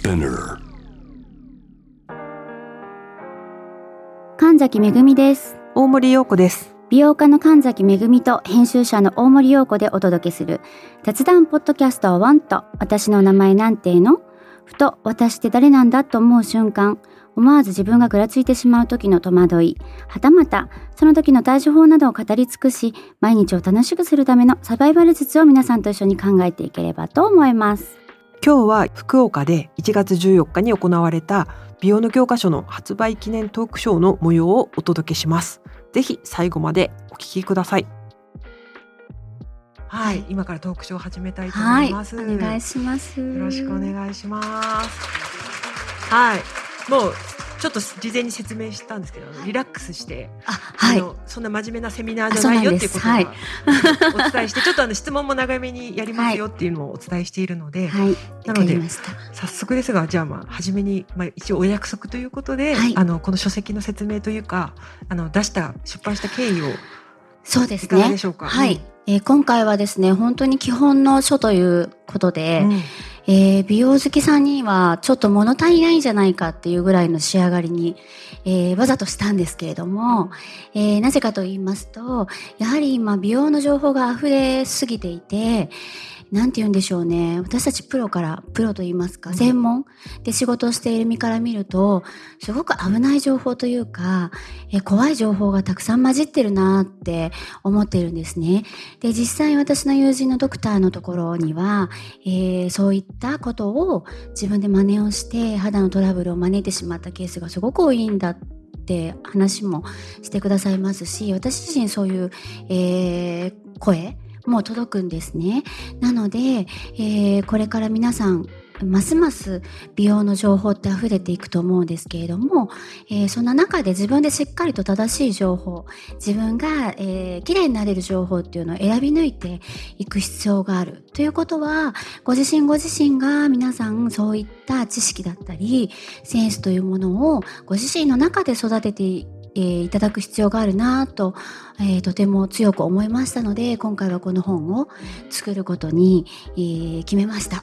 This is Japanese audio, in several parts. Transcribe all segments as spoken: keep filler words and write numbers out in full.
Spinner。 神崎めぐみです。 大森洋子です。 美容家の神崎めぐみと編集者の大森洋子でお届けする雑談ポッドキャストをワンと、私の名前なんての？ふと私って誰なんだと思う瞬間、思わず自分がぐらついてしまう時の戸惑い、はたまたその時の対処法などを語り尽くし、毎日を楽しくするためのサバイバル術を皆さんと一緒に考えていければと思います。 今日は福岡でいちがつじゅうよっかに行われた美容の教科書の発売記念トークショーの模様をお届けします。ぜひ最後までお聞きください。はい、今からトークショーを始めたいと思います。 はい、お願いします。 よろしくお願いします。はい、もうちょっと事前に説明したんですけど、リラックスして、 あ、はい、 あのそんな真面目なセミナーじゃないよっていうことを、はい、お伝えして、ちょっとあの質問も長めにやりますよっていうのをお伝えしているので、はい、なので早速ですが、じゃあまあ初めに、まあ、一応お約束ということで、はい、あのこの書籍の説明というか、あの出した出版した経緯をそうですね、 いかがでしょうか。 はい、うん、えー、今回はですね、本当に基本の書ということで、うん、えー、美容好きさんにはちょっと物足りないんじゃないかっていうぐらいの仕上がりに、えー、わざとしたんですけれども、えー、なぜかと言いますと、やはり今美容の情報が溢れすぎていて、なんて言うんでしょうね、私たちプロからプロと言いますか、専門で仕事をしている身から見ると、すごく危ない情報というか、え怖い情報がたくさん混じってるなって思っているんですね。で、実際私の友人のドクターのところには、えー、そういったことを自分で真似をして肌のトラブルを招いてしまったケースがすごく多いんだって話もしてくださいますし、私自身そういう、えー、声もう届くんですね。なので、えー、これから皆さんますます美容の情報って溢れていくと思うんですけれども、えー、そんな中で自分でしっかりと正しい情報、自分が、えー、綺麗になれる情報っていうのを選び抜いていく必要があるということは、ご自身ご自身が皆さんそういった知識だったりセンスというものをご自身の中で育ててえー、いただく必要があるなと、えー、とても強く思いましたので、今回はこの本を作ることに、えー、決めました。はい、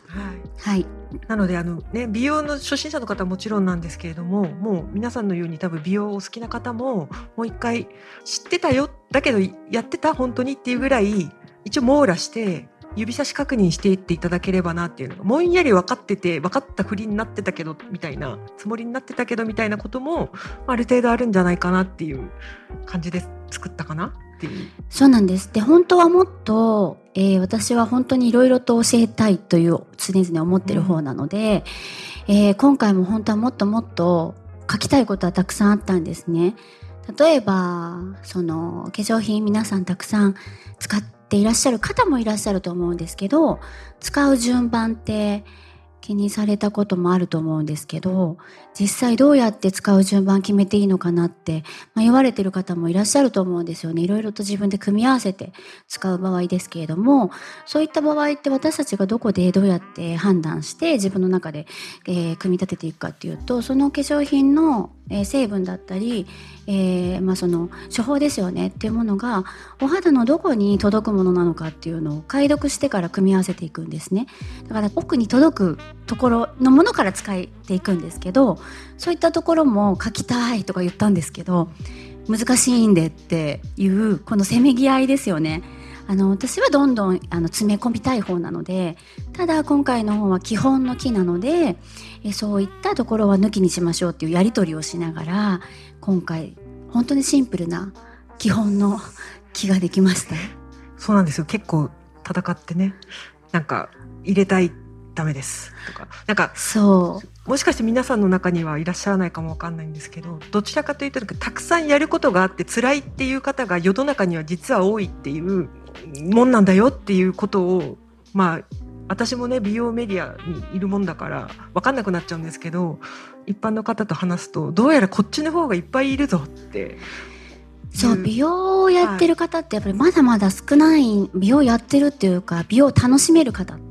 はい、 なのであの、ね、美容の初心者の方はもちろんなんですけれども、もう皆さんのように多分美容をお好きな方ももう一回知ってたよ、だけどやってた本当にっていうぐらい一応網羅して指差し確認していっていただければなっていうのが、もんやり分かってて分かったふりになってたけどみたいな、つもりになってたけどみたいなこともある程度あるんじゃないかなっていう感じで作ったかなっていう。 そうなんです。で、本当はもっと、えー、私は本当にいろいろと教えたいという常々思ってる方なので、うん、えー、今回も本当はもっともっと書きたいことはたくさんあったんですね。例えばその化粧品皆さんたくさん使っていらっしゃる方もいらっしゃると思うんですけど、使う順番って気にされたこともあると思うんですけど、実際どうやって使う順番決めていいのかなって、まあ、言われてる方もいらっしゃると思うんですよね。いろいろと自分で組み合わせて使う場合ですけれども、そういった場合って私たちがどこでどうやって判断して自分の中で、えー、組み立てていくかっていうと、その化粧品の、えー、成分だったり、えーまあ、その処方ですよねっていうものがお肌のどこに届くものなのかっていうのを解読してから組み合わせていくんですね。だから奥に届くところのものから使っていくんですけど、そういったところも書きたいとか言ったんですけど、難しいんでっていうこのせめぎ合いですよね。あの私はどんどんあの詰め込みたい方なので、ただ今回の本は基本の木なので、えそういったところは抜きにしましょうっていうやり取りをしながら、今回本当にシンプルな基本の木ができました。 そうなんですよ。結構戦ってね、なんか入れたいダメですとか、なんかそうもしかして皆さんの中にはいらっしゃらないかもわかんないんですけど、どちらかというとたくさんやることがあって辛いっていう方が世の中には実は多いっていうもんなんだよっていうことを、まあ私もね美容メディアにいるもんだから分かんなくなっちゃうんですけど、一般の方と話すとどうやらこっちの方がいっぱいいるぞって。 そう、美容をやってる方ってやっぱりまだまだ少ない、美容やってるっていうか美容を楽しめる方っていう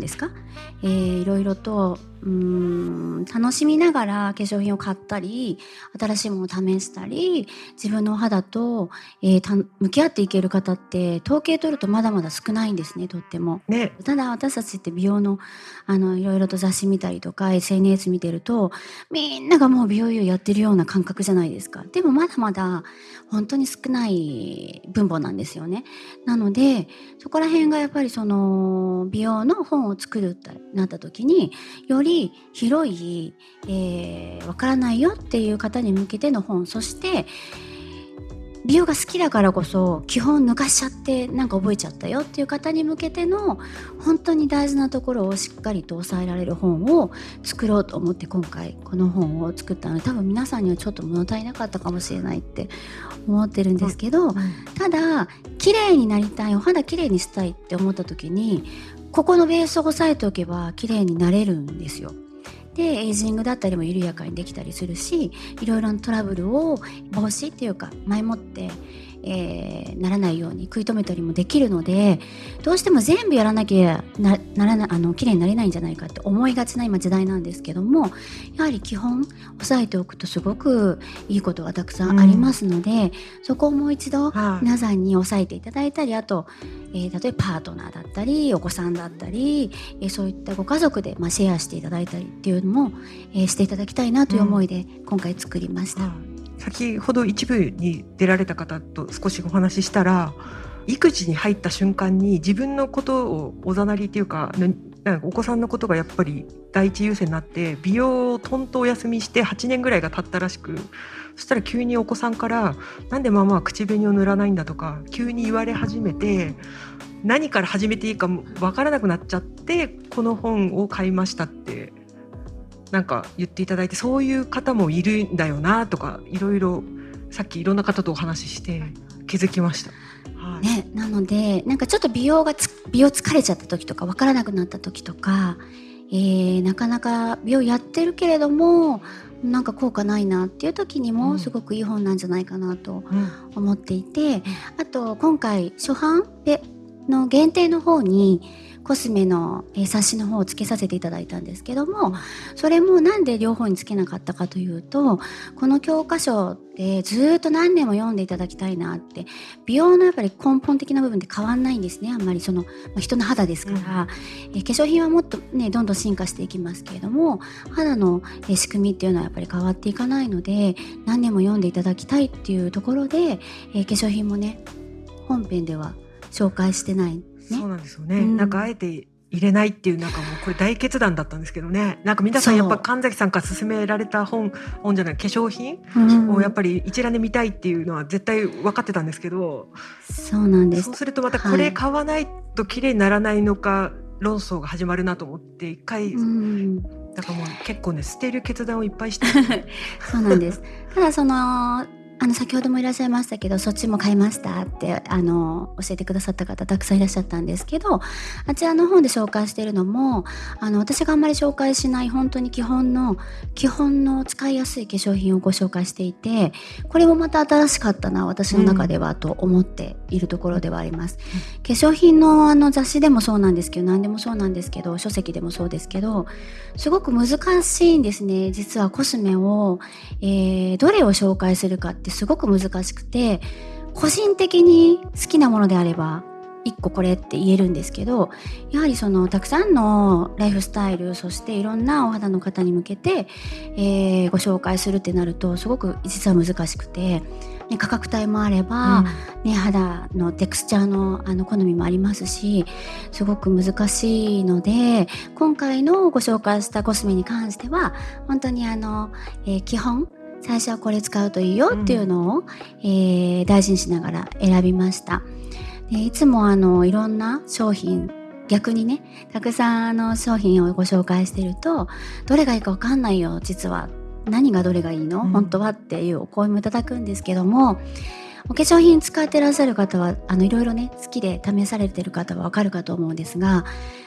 ですか、えー、いろいろとうーん楽しみながら化粧品を買ったり新しいものを試したり自分のお肌と、えー、た向き合っていける方って統計取るとまだまだ少ないんですね、とっても、ね、ただ私たちって美容のあのいろいろと雑誌見たりとか エスエヌエス 見てるとみんながもう美容医やってるような感覚じゃないですか。でもまだまだ本当に少ない分母なんですよね。なのでそこら辺がやっぱりその美容の本を作るってなった時により広い、えー、わからないよっていう方に向けての本、そして美容が好きだからこそ基本抜かしちゃってなんか覚えちゃったよっていう方に向けての本当に大事なところをしっかりと抑えられる本を作ろうと思って今回この本を作ったので、多分皆さんにはちょっと物足りなかったかもしれないって思ってるんですけど、うん、ただ綺麗になりたい、お肌綺麗にしたいって思った時にここのベースを押さえておけば綺麗になれるんですよ。でエイジングだったりも緩やかにできたりするし、いろいろなトラブルを防止っていうか前もって、えー、ならないように食い止めたりもできるので、どうしても全部やらなきゃ な, ならなあの綺麗になれないんじゃないかって思いがちな今時代なんですけども、やはり基本押さえておくとすごくいいことがたくさんありますので、うん、そこをもう一度皆さんに押さえていただいたり、あと、えー、例えばパートナーだったりお子さんだったり、えー、そういったご家族で、まあ、シェアしていただいたりっていうのも、えー、していただきたいなという思いで今回作りました、うんうん先ほど一部に出られた方と少しお話ししたら、育児に入った瞬間に自分のことをおざなりというか、なんかお子さんのことがやっぱり第一優先になって美容をとんとお休みしてはちねんぐらいが経ったらしく、そしたら急にお子さんからなんでママは口紅を塗らないんだとか急に言われ始めて、何から始めていいかわからなくなっちゃってこの本を買いましたってなんか言っていただいて、そういう方もいるんだよなとか、いろいろさっきいろんな方とお話しして気づきました、 はいね、なのでなんかちょっと美容がつ美容疲れちゃった時とか分からなくなった時とか、えー、なかなか美容やってるけれどもなんか効果ないなっていう時にもすごくいい本なんじゃないかなと思っていて、うんうん、あと今回初版での限定の方にコスメの、えー、冊子の方をつけさせていただいたんですけども、それもなんで両方につけなかったかというと、この教科書でずっと何年も読んでいただきたいなって、美容のやっぱり根本的な部分って変わんないんですね。あんまりその、まあ、人の肌ですから、うんえー、化粧品はもっとねどんどん進化していきますけれども、肌の、えー、仕組みっていうのはやっぱり変わっていかないので、何年も読んでいただきたいっていうところで、えー、化粧品もね本編では紹介してないね、 そうなんですよね、うん、なんかあえて入れないっていう、なんかもうこれ大決断だったんですけどね。なんか皆さんやっぱ神崎さんから勧められた本本じゃない化粧品をやっぱり一覧で見たいっていうのは絶対分かってたんですけど、 そうなんです。 そうするとまたこれ買わないと綺麗にならないのか論争が始まるなと思って一回、うん、だからもう結構ね捨てる決断をいっぱいしてそうなんです。ただそのあの先ほどもいらっしゃいましたけど、そっちも買いましたってあの教えてくださった方たくさんいらっしゃったんですけど、あちらの本で紹介しているのもあの私があんまり紹介しない本当に基本の基本の使いやすい化粧品をご紹介していて、これもまた新しかったな私の中ではと思っているところではあります、うん、化粧品 の, あの雑誌でもそうなんですけど、何でもそうなんですけど、書籍でもそうですけど、すごく難しいんですね。実はコスメを、えー、どれを紹介するかってすごく難しくて、個人的に好きなものであればいっここれって言えるんですけど、やはりそのたくさんのライフスタイル、そしていろんなお肌の方に向けて、えー、ご紹介するってなるとすごく実は難しくて、ね、価格帯もあれば、うんね、肌のテクスチャー の, あの好みもありますし、すごく難しいので、今回のご紹介したコスメに関しては本当にあの、えー、基本最初はこれ使うといいよっていうのを、うんえー、大事にしながら選びました。でいつもあのいろんな商品、逆にねたくさんあの商品をご紹介してると、どれがいいか分かんないよ実は、何がどれがいいの、うん、本当はっていうお声もいただくんですけども、お化粧品使ってらっしゃる方はあのいろいろね好きで試されてる方は分かるかと思うんですが、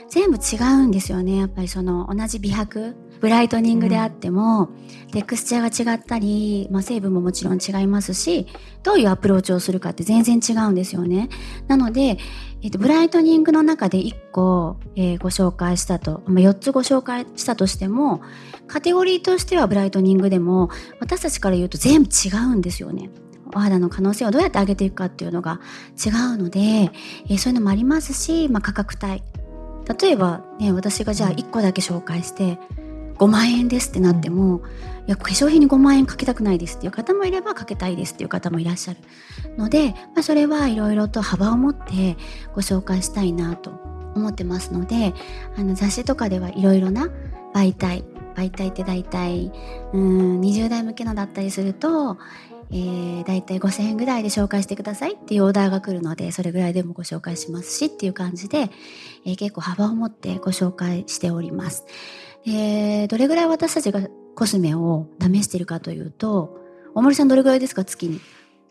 全部違うんですよね。やっぱりその同じ美白ブライトニングであっても、うん、テクスチャーが違ったり、まあ、成分ももちろん違いますし、どういうアプローチをするかって全然違うんですよね。なので、えっと、ブライトニングの中でいっこ、えー、ご紹介したと、まあ、よっつご紹介したとしても、カテゴリーとしてはブライトニングでも私たちから言うと全部違うんですよね。お肌の可能性をどうやって上げていくかっていうのが違うので、えー、そういうのもありますし、まあ、価格帯、例えば、ね、私がじゃあいっこだけ紹介してごまんえんですってなっても、いや化粧品にごまんえんかけたくないですっていう方もいれば、かけたいですっていう方もいらっしゃるので、まあ、それはいろいろと幅を持ってご紹介したいなと思ってますので、あの雑誌とかではいろいろな媒体媒体って大体うーんにじゅう代向けのだったりすると、えー、大体ごせんえんぐらいで紹介してくださいっていうオーダーが来るので、それぐらいでもご紹介しますしっていう感じで、えー、結構幅を持ってご紹介しております。で、どれぐらい私たちがコスメを試しているかというと、大森さんどれぐらいですか、月に？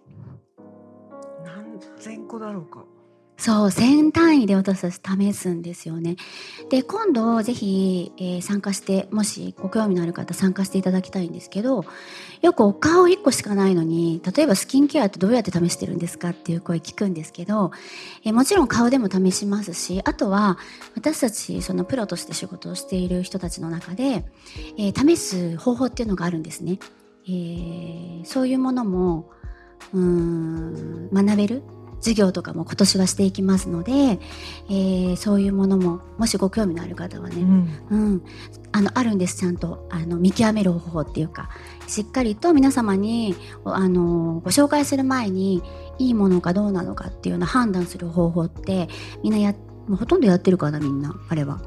何千個だろうか。 そう、千単位で私たち試すんですよね。で、今度ぜひ、えー、参加して、もしご興味のある方参加していただきたいんですけど、よくお顔いっこしかないのに、例えばスキンケアってどうやって試してるんですかっていう声聞くんですけど、えー、もちろん顔でも試しますし、あとは私たちそのプロとして仕事をしている人たちの中で、えー、試す方法っていうのがあるんですね。えー、そういうものもうーん学べる授業とかも今年はしていきますので、えー、そういうものももしご興味のある方はね、うんうん、あのあるんです。ちゃんとあの見極める方法っていうか、しっかりと皆様にあのご紹介する前にいいものかどうなのかっていうのを判断する方法ってみんなやもうほとんどやってるかな、みんな。あれは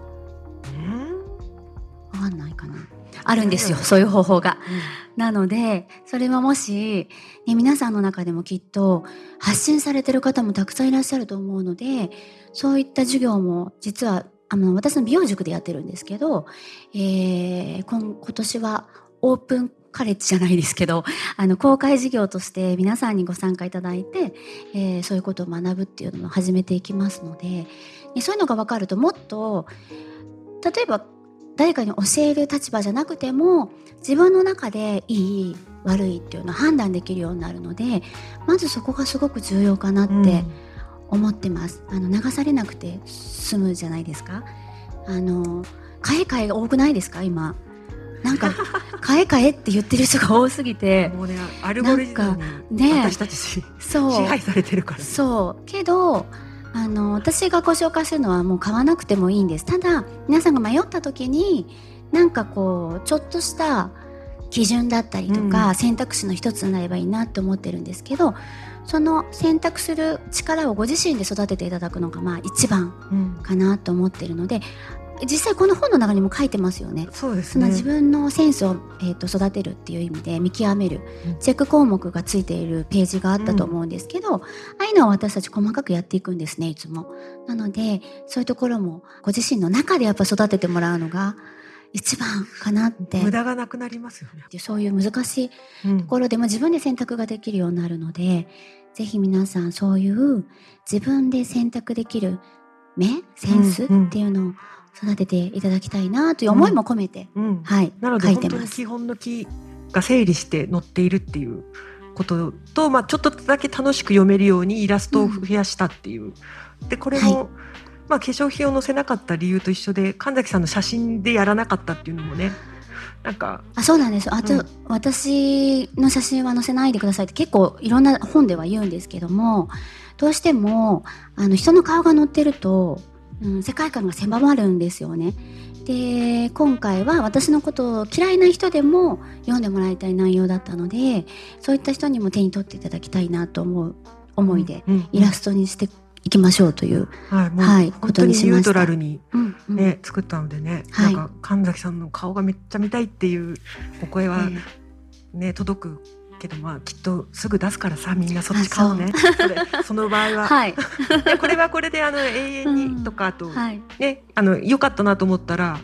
分かんないかな、あるんですよ、そういう方法が、うん、なのでそれはもし、ね、皆さんの中でもきっと発信されてる方もたくさんいらっしゃると思うので、そういった授業も実はあの私の美容塾でやってるんですけど、えー、今, 今年はオープンカレッジじゃないですけど、あの公開授業として皆さんにご参加いただいて、えー、そういうことを学ぶっていうのも始めていきますので、ね、そういうのが分かるともっと例えば誰かに教える立場じゃなくても自分の中でいい悪いっていうのを判断できるようになるので、まずそこがすごく重要かなって思ってます、うん、あの流されなくて済むじゃないですか。あの買え買えが多くないですか今。なんか買え買えって言ってる人が多すぎてもうね、アルゴリズムに私たち支配されてるから、ね、 そうけどあの私がご紹介するのはもう買わなくてもいいんです。ただ皆さんが迷った時になんかこうちょっとした基準だったりとか、うん、選択肢の一つになればいいなと思ってるんですけど、その選択する力をご自身で育てていただくのがまあ一番かなと思ってるので、うん、実際この本の中にも書いてますよね。 そうですね。 その自分のセンスを、えー、と育てるっていう意味で見極める、うん、チェック項目がついているページがあったと思うんですけど、うん、ああいうのは私たち細かくやっていくんですね、いつも。なのでそういうところもご自身の中でやっぱ育ててもらうのが一番かなって。 無駄がなくなりますよね。 そういう難しいところでも自分で選択ができるようになるので、うん、ぜひ皆さんそういう自分で選択できる目センスっていうのを育てていただきたいなという思いも込めて、うんうん、はい、 なので書いてます。 本当に基本の木が整理して載っているっていうことと、まあ、ちょっとだけ楽しく読めるようにイラストを増やしたっていう、うん、でこれも、はい、まあ、化粧品を載せなかった理由と一緒で神崎さんの写真でやらなかったっていうのもね、なんかあそうなんです。あと、うん、私の写真は載せないでくださいって結構いろんな本では言うんですけども、どうしてもあの人の顔が載ってると、うん、世界観が狭まるんですよね。で今回は私のことを嫌いな人でも読んでもらいたい内容だったので、そういった人にも手に取っていただきたいなと思う思いで、うんうんうん、イラストにしていきましょうという、はいもうはい、ことにしました。本当にニュートラルに、ねうんうん、作ったのでね、はい、なんか神崎さんの顔がめっちゃ見たいっていうお声は、ねえー、届くけど、まあきっとすぐ出すからさ、みんなそっち買おうね。それその場合は、はい、これはこれであの永遠にとか、あと、うんはい、ね、あの良かったなと思ったら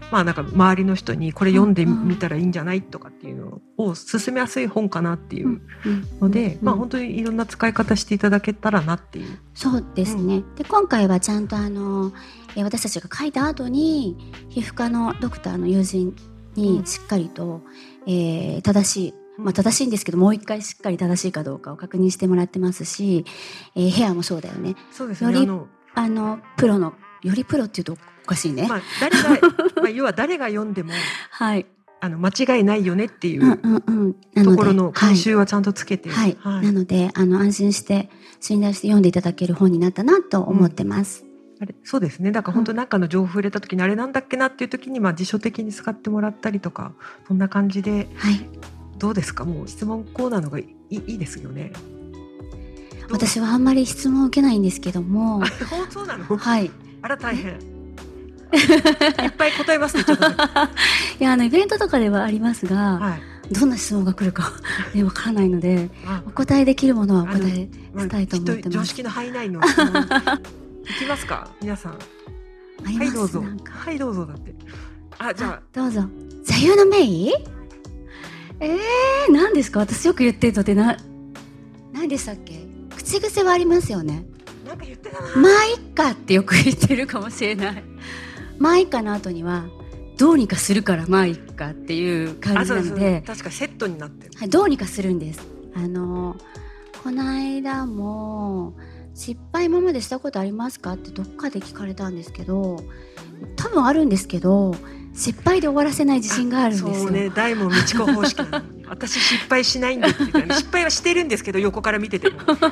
まあなんか周りの人にこれ読んでみたらいいんじゃないとかっていうのを勧めやすい本かなっていうので、まあ本当にいろんな使い方していただけたらなっていう。 そうですね、うん、で今回はちゃんとあの私たちが書いた後に皮膚科のドクターの友人にしっかりと、うんえー、正しい、まあ、正しいんですけどもう一回しっかり正しいかどうかを確認してもらってますし、えー、ヘアもそうだよね。 そうですね、 よりあのあのプロのよりプロっていうとおかしいね、 まあ、誰が、まあ、要は誰が読んでも、 はい、 あの間違いないよねっていうところの監修はちゃんとつけて、 はいはいはい、なのであの安心して信頼して読んでいただける本になったなと思ってます、 うん、あれそうですね。だから本当なんかの情報触れた時にあれなんだっけなっていう時に、まあ、辞書的に使ってもらったりとかそんな感じで、はい、どうですか。もう質問コーナーの方がい い, いいですよね。 私はあんまり質問を受けないんですけどもそうなの。 はい。 あら大変いっぱい答えますって言っちゃったいやあのイベントとかではありますが、はい、どんな質問が来るかわからないのでお答えできるものはお答えしたいと思ってます。きっと常識の範囲内の質問いきますか皆さん。はいどうぞ。はいどうぞだって。あじゃあどうぞ。座右の銘えー、何ですか。私よく言ってるのってな何でしたっけ。口癖はありますよね。 なんか言ってたな。 まあいっかってよく言ってるかもしれない。まあいっかの後にはどうにかするからまあいっかっていう感じなので、 確かセットになってる、 はい、どうにかするんです。あのこの間も失敗今までしたことありますかってどっかで聞かれたんですけど、多分あるんですけど失敗で終わらせない自信があるんですよ。 そうね、大門未知子方式なのに私失敗しないんですって言ったら、失敗はしてるんですけど横から見ててもだ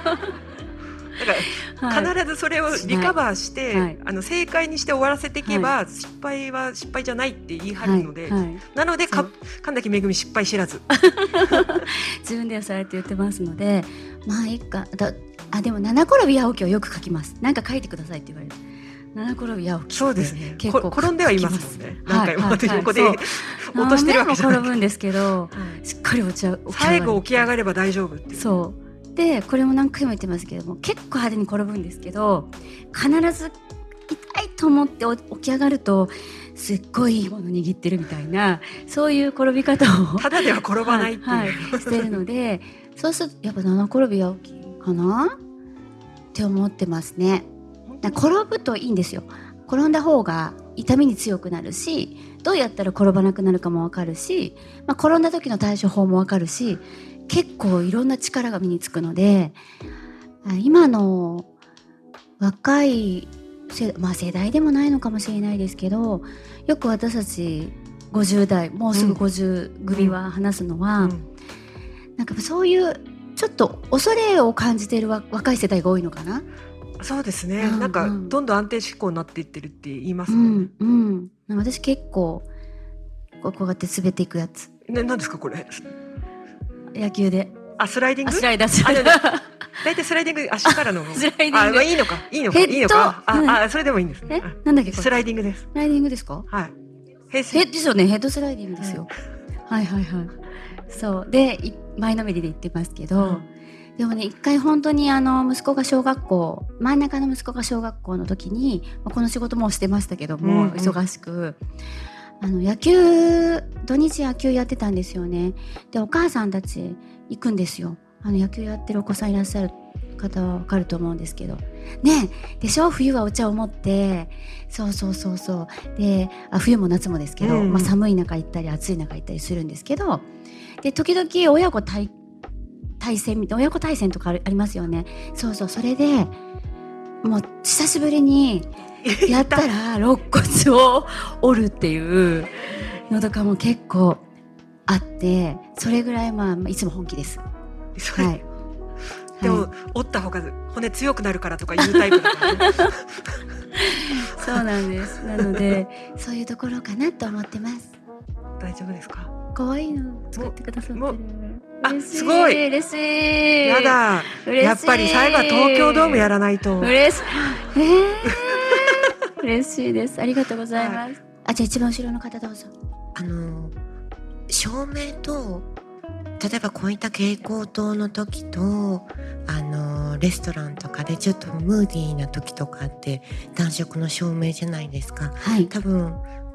から必ずそれをリカバーして、はい、あの正解にして終わらせていけば、はい、失敗は失敗じゃないって言い張るので、はいはい、なのでか神崎めぐみ失敗知らず自分ではそうやって言ってますので、まあいいかだ。あでも七転び八起きはよく書きます。なんか書いてくださいって言われる。七転び八起きそうですね。結構転んではいますもんね。何回も横で落としてるわけじゃない。 転ぶんですけど、はい、しっかり落ち上がる。 最後起き上がれば大丈夫っていう。 そうでこれも何回も言ってますけども結構派手に転ぶんですけど必ず痛いと思って起き上がるとすっごいいいもの握ってるみたいなそういう転び方をただでは転ばないっていう、はいはい、してるのでそうするとやっぱ七転び八起きかなって思ってますね。転ぶといいんですよ。転んだ方が痛みに強くなるしどうやったら転ばなくなるかも分かるし、まあ、転んだ時の対処法も分かるし結構いろんな力が身につくので今の若い世、まあ、世代でもないのかもしれないですけどよく私たちごじゅう代もうすぐごじゅう組は話すのは、うんうん、なんかそういうちょっと恐れを感じている若い世代が多いのかな。 そうですね、うんうん、なんかどんどん安定志向になっていってるって言いますもんね、 うんうん、私結構こうやって滑っていくやつ。 な何ですかこれ。 野球であスライディング。 スライダースライダー大体スライディング足からのスライディング。 あ、まあ、いいのかいいのかいいのかあ、うん、あそれでもいいんですね。 えなんだっけスライディングです。 スライディングですか。 はいヘッですよね。ヘッドスライディングですよ、はい、はいはいはいそうで前のめりで言ってますけど、うんでもね一回本当にあの息子が小学校真ん中の息子が小学校の時にこの仕事もしてましたけども、うんうん、忙しくあの野球土日野球やってたんですよね。でお母さんたち行くんですよ。あの野球やってるお子さんいらっしゃる方は分かると思うんですけどねでしょ。冬はお茶を持ってそうそうそうそうであ冬も夏もですけど、うんうんまあ、寒い中行ったり暑い中行ったりするんですけどで時々親子対対戦みたいな親子対戦とかありますよね。そうそうそれでもう久しぶりにやったら肋骨を折るっていうのとかも結構あってそれぐらいまあいつも本気です。はい、 でも、はい、折った方が骨強くなるからとかいうタイプだからねそうなんです。なのでそういうところかなと思ってます。 大丈夫ですか。 可愛いの作ってくださってる。 あすごい嬉しい。 やだやっぱり最後は東京ドームやらないと。 嬉しい、えー、嬉しいです。ありがとうございます、はい、あじゃあ一番後ろの方どうぞ。 あの照明と例えばこういった蛍光灯の時とあのレストランとかでちょっとムーディーな時とかって暖色の照明じゃないですか、 はい、 多分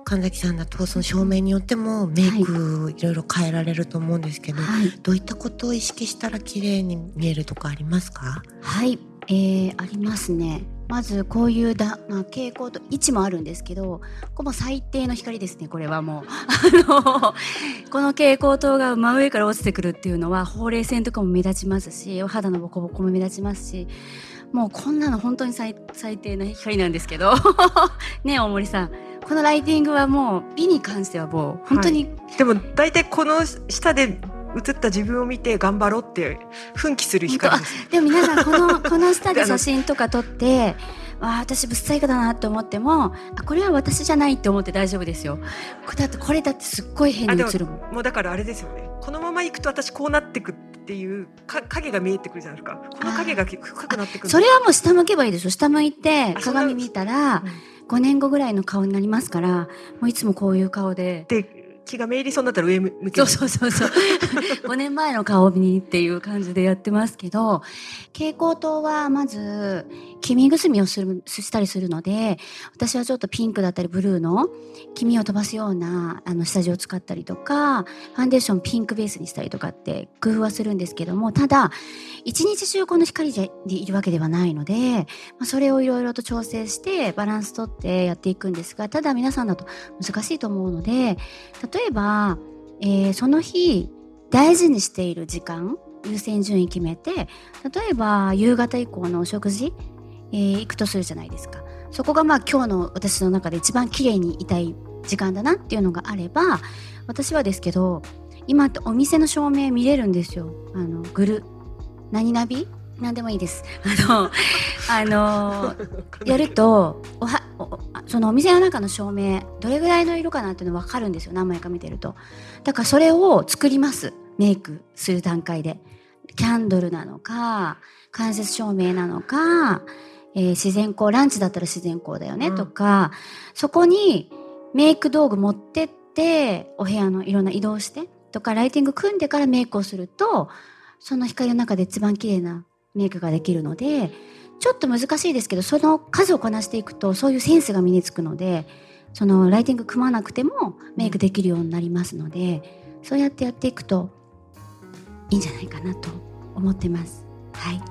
神崎さんだとその照明によってもメイクいろいろ変えられると思うんですけど、はい、どういったことを意識したら綺麗に見えるとかありますか？ はい、えー、ありますね。まずこういうだ、まあ、蛍光と位置もあるんですけど、ここも最低の光ですね。これはもうあのこの蛍光灯が真上から落ちてくるっていうのはほうれい線とかも目立ちますし、お肌のボコボコも目立ちますし、もうこんなの本当に 最, 最低な光なんですけどねえ大森さん、このライティングはもう美に関してはもう本当に、 はい、でも大体この下で映った自分を見て頑張ろうって奮起する光です。 でも皆さんこのこの下で写真とか撮ってあ私ブスサイクだなと思っても、あこれは私じゃないって思って大丈夫ですよ。だってこれだってすっごい変に映るもん。 もうだからあれですよね、このまま行くと私こうなってくっていうか影が見えてくるじゃないですか。この影が深くなってくる。 それはもう下向けばいいですよ。下向いて鏡見たら、うん、ごねんごぐらいの顔になりますから、もういつもこういう顔でで気がめいりそうになったら上向ける。 そうそうそうそうごねんまえの顔にっていう感じでやってますけど、蛍光灯はまず黄身くすみをするしたりするので、私はちょっとピンクだったりブルーの黄身を飛ばすようなあの下地を使ったりとか、ファンデーションピンクベースにしたりとかって工夫はするんですけども、ただ一日中この光でいるわけではないので、まあ、それをいろいろと調整してバランスとってやっていくんですが、ただ皆さんだと難しいと思うので、例えば、えー、その日大事にしている時間優先順位決めて、例えば夕方以降のお食事、えー、行くとするじゃないですか。そこがまあ今日の私の中で一番綺麗にいたい時間だなっていうのがあれば、私はですけど今ってお店の照明見れるんですよ。あのグル何ナビ何でもいいです。あのあのやるとおはおそのお店の中の照明どれぐらいの色かなっていうの分かるんですよ。何枚か見てると。だからそれを作ります。メイクする段階でキャンドルなのか間接照明なのか、えー、自然光、ランチだったら自然光だよね、うん、とか、そこにメイク道具持ってってお部屋のいろんな移動してとかライティング組んでからメイクをすると、その光の中で一番綺麗なメイクができるので、ちょっと難しいですけど、その数をこなしていくとそういうセンスが身につくので、そのライティング組まなくてもメイクできるようになりますので、そうやってやっていくといいんじゃないかなと思ってます。はい、はい、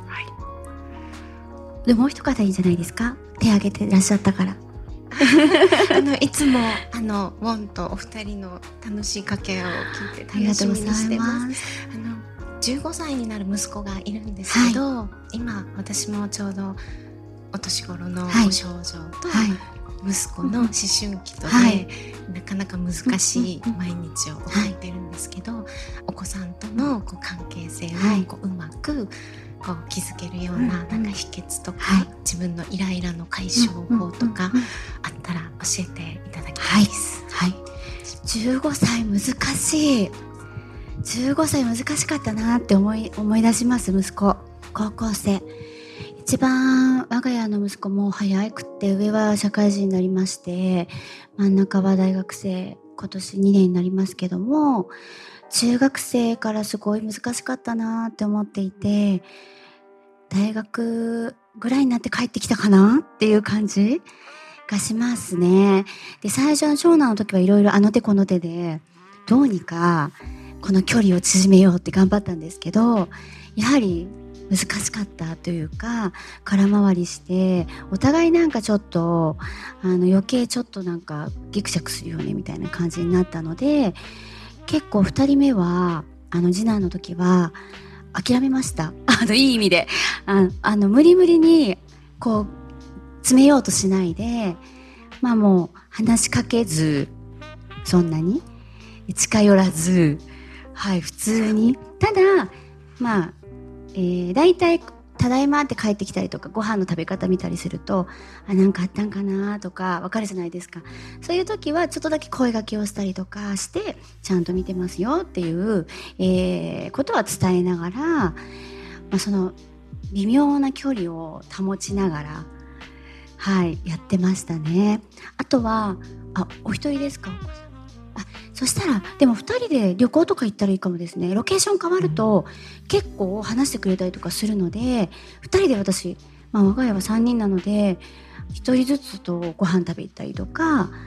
でもう一方いいんじゃないですか。手挙げてらっしゃったからあのいつもあのウォンとお二人の楽しい掛け合いを聞いて楽しみにしてます。あのじゅうごさいになる息子がいるんですけど、はい、今私もちょうどお年頃の少女と息子の思春期とで、はい、なかなか難しい毎日を送ってるんですけど、はい、お子さんとのこう関係性をこううまくこう築けるような、なんか秘訣とか、はい、自分のイライラの解消法とかあったら教えていただきたいです。 はいはい、じゅうごさい難しい。じゅうごさい難しかったなって思い思い出します。息子高校生、一番我が家の息子も早くって上は社会人になりまして、真ん中は大学生、今年にねんになりますけども、中学生からすごい難しかったなって思っていて、大学ぐらいになって帰ってきたかなっていう感じがしますね。で、最初の長男の時はいろいろあの手この手でどうにかこの距離を縮めようって頑張ったんですけど、やはり難しかったというか、空回りしてお互いなんかちょっとあの余計ちょっとなんかギクシャクするよねみたいな感じになったので、結構ふたりめはあの次男の時は諦めました。あのいい意味で あ, あの無理無理にこう詰めようとしないで、まあもう話しかけず、そんなに近寄らず、はい、普通に、ただまあ、えー、だいたいただいまって帰ってきたりとか、ご飯の食べ方見たりすると、あ、なんかあったんかなとか分かるじゃないですか。そういう時はちょっとだけ声掛けをしたりとかして、ちゃんと見てますよっていう、えー、ことは伝えながら、まあ、その微妙な距離を保ちながら、はい、やってましたね。あとは、あ、お一人ですか？あ、そしたらでもふたりで旅行とか行ったらいいかもですね。ロケーション変わると結構話してくれたりとかするので、ふたりで私、まあ、我が家はさんにんなのでひとりずつとご飯食べ行ったりとか、ひ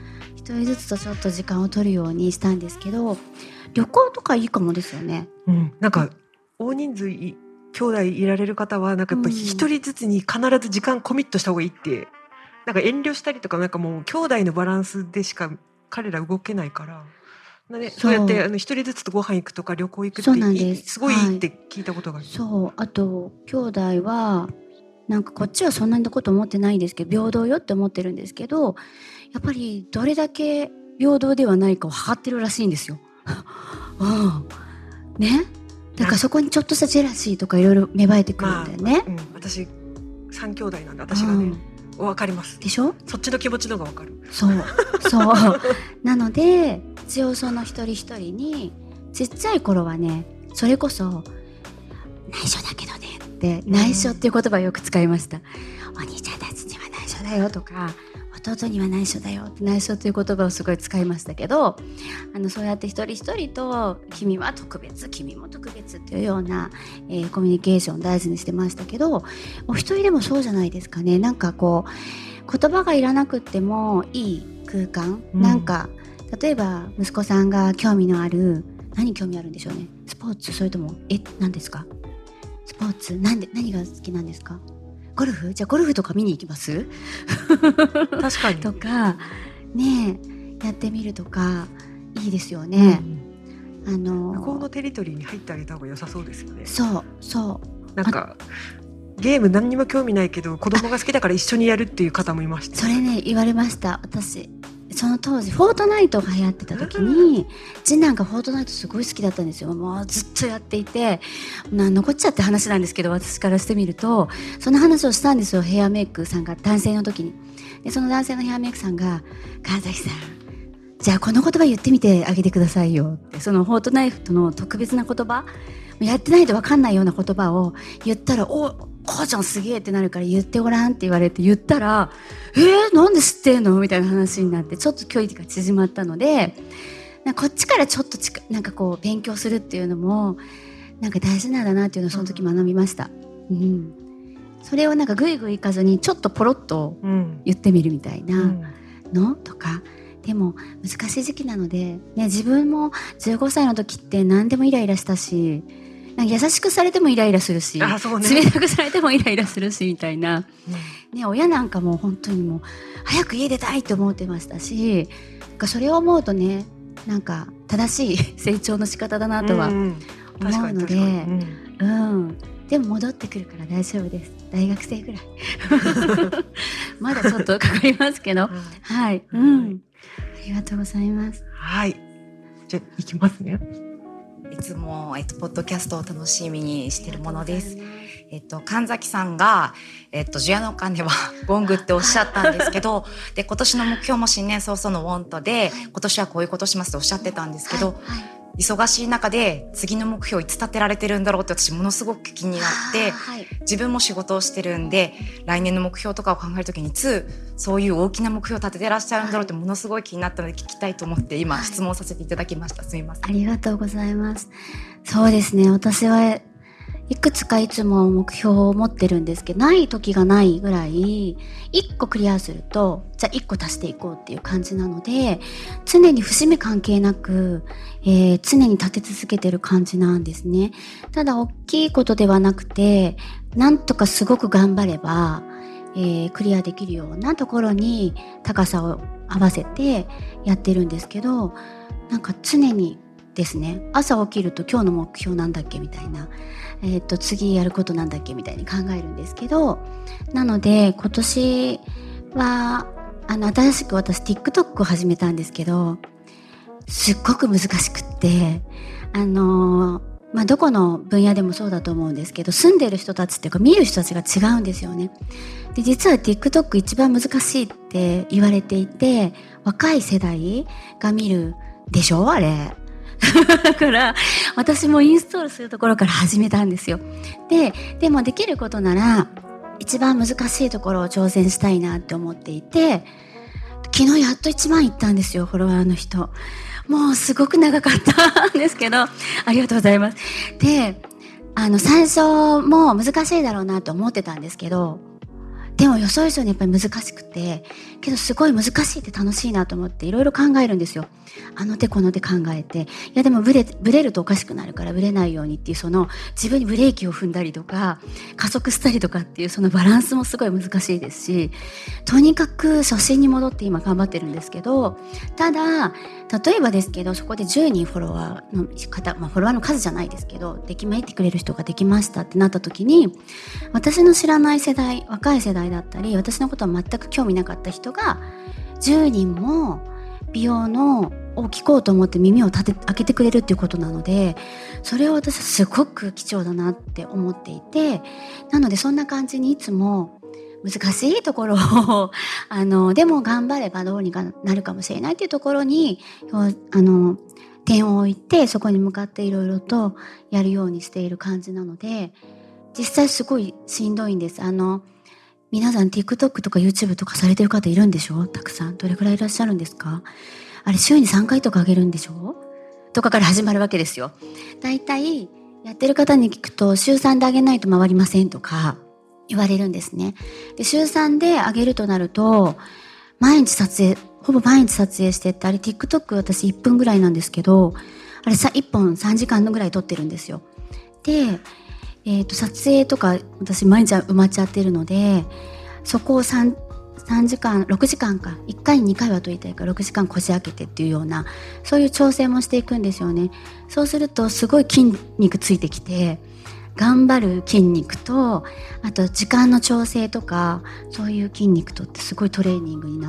一人ずつとちょっと時間を取るようにしたんですけど、旅行とかいいかもですよね。 うん、なんか大人数い兄弟いられる方はなんかやっぱり一人ずつに必ず時間コミットした方がいいって、なんか遠慮したりとか、なんかもう兄弟のバランスでしか彼ら動けないから、ね、そうやってあの一人ずつとご飯行くとか旅行行くってそうなんです。 すごいいいって聞いたことがある、はい、 そう、あと兄弟はなんかこっちはそんなこと思ってないんですけど、平等よって思ってるんですけど、やっぱりどれだけ平等ではないかを測ってるらしいんですよ。うんね、だからそこにちょっとしたジェラシーとかいろいろ芽生えてくるんだよね、 まあうん、私さん兄弟なんで私がね、うん、分かりますでしょ。 そっちの気持ちの方が分かる。 そうそうなので一応その一人一人にちっちゃい頃はね、それこそ内緒だけどねって、内緒っていう言葉をよく使いました、うん、お兄ちゃんたちには内緒だよとか弟には内緒だよって、内緒という言葉をすごい使いましたけど、あのそうやって一人一人と君は特別君も特別っていうような、えー、コミュニケーションを大事にしてましたけど、お一人でもそうじゃないですかね。なんかこう言葉がいらなくってもいい空間、うん、なんか例えば息子さんが興味のある、何興味あるんでしょうね、スポーツ、それともえ何ですか、スポーツなんで何が好きなんですか、ゴルフ、じゃあゴルフとか見に行きます確かにとかね、やってみるとかいいですよね、うん、あの向こうのテリトリーに入ってあげた方が良さそうですよね。 そうそうなんかゲーム何にも興味ないけど子供が好きだから一緒にやるっていう方もいました。 それね言われました。私その当時フォートナイトが流行ってた時に次男がフォートナイトすごい好きだったんですよ。もうずっとやっていて、な残っちゃって話なんですけど、私からしてみるとその話をしたんですよ、ヘアメイクさんが男性の時に。でその男性のヘアメイクさんが、神崎さんじゃあこの言葉言ってみてあげてくださいよって、そのフォートナイトの特別な言葉、やってないと分かんないような言葉を言ったら、お母ちゃんすげえってなるから言ってごらんって言われて言ったら、えー、なんで知ってんのみたいな話になって、ちょっと距離が縮まったので、なんかこっちからちょっとちかなんかこう勉強するっていうのもなんか大事なんだなっていうのをその時学びました、うんうん、それをなんかグイグイいかずにちょっとポロッと言ってみるみたいなの、うん、とか。でも難しい時期なので、ね、自分もじゅうごさいの時って何でもイライラしたし、なんか優しくされてもイライラするし、あ、そうね、冷たくされてもイライラするしみたいな、うんね、親なんかも本当にもう早く家出たいと思ってましたし、それを思うとね、なんか正しい成長の仕方だなとは思うので、うん、うん、でも戻ってくるから大丈夫です。大学生ぐらいまだちょっとかかりますけど、うん、はい、うん、ありがとうございます。 はい、じゃあ行きますね。 いつも、えっと、ポッドキャストを楽しみにしているものです。えっと、神崎さんが、えっと、ジュヤの館ではゴングっておっしゃったんですけどで今年の目標も新年早々のウォントで、はい、今年はこういうことしますとおっしゃってたんですけど、はいはい、忙しい中で次の目標いつ立てられてるんだろうって私ものすごく気になって、はい、自分も仕事をしてるんで来年の目標とかを考えるときにいつそういう大きな目標を立ててらっしゃるんだろうってものすごい気になったので聞きたいと思って今質問させていただきました。すみません。 ありがとうございます。そうですね、私はいくつかいつも目標を持ってるんですけど、ない時がないぐらいいっこクリアするとじゃあいっこ足していこうっていう感じなので、常に節目関係なく、えー、常に立て続けてる感じなんですね。ただ大きいことではなくて、なんとかすごく頑張れば、えー、クリアできるようなところに高さを合わせてやってるんですけど、なんか常にですね、朝起きると今日の目標なんだっけみたいな、えー、と次やることなんだっけみたいに考えるんですけど、なので今年はあの新しく私 TikTok を始めたんですけど、すっごく難しくってあのーまあ、どこの分野でもそうだと思うんですけど、住んでる人たちっていうか見る人たちが違うんですよね。で実は TikTok 一番難しいって言われていて、若い世代が見るでしょあれだから私もインストールするところから始めたんですよ。で、でもできることなら一番難しいところを挑戦したいなって思っていて、昨日やっといちまんいったんですよ、フォロワーの人。もうすごく長かったんですけど、ありがとうございます。で、あの最初も難しいだろうなと思ってたんですけど、 でも予想以上にやっぱり難しくて、けどすごい難しいって楽しいなと思っていろいろ考えるんですよ。あの手この手考えて、いやでもブレブレるとおかしくなるからブレないようにっていう、その自分にブレーキを踏んだりとか加速したりとかっていうそのバランスもすごい難しいですし、とにかく初心に戻って今頑張ってるんですけど、ただ例えばですけど、そこでじゅうにんフォロワーの方、まあ、フォロワーの数じゃないですけど、できまいてくれる人ができましたってなった時に、私の知らない世代、若い世代だったり、私のことは全く興味なかった人がじゅうにんも美容のを聞こうと思って耳を立て開けてくれるっていうことなので、それは私はすごく貴重だなって思っていて、なのでそんな感じにいつも難しいところをあのでも頑張ればどうにかなるかもしれないっていうところにあの点を置いて、そこに向かっていろいろとやるようにしている感じなので、実際すごいしんどいんです。あの皆さん TikTok とか YouTube とかされてる方いるんでしょ？たくさん。どれくらいいらっしゃるんですか？あれ週にさんかいとかあげるんでしょ？とかから始まるわけですよ。だいたいやってる方に聞くと週さんであげないと回りませんとか言われるんですね。で週さんであげるとなると毎日撮影、ほぼ毎日撮影してって、あれ TikTok 私いっぷんぐらいなんですけど、あれさいっぽんさんじかんぐらい撮ってるんですよ。でえー、と撮影とか私毎日埋まっちゃってるので、そこを 3, 3時間ろくじかんかいっかいににかいは撮りたいからろくじかんこじ開けてっていうような、そういう調整もしていくんですよね。そうするとすごい筋肉ついてきて、頑張る筋肉と、あと時間の調整とかそういう筋肉とってすごいトレーニングになって、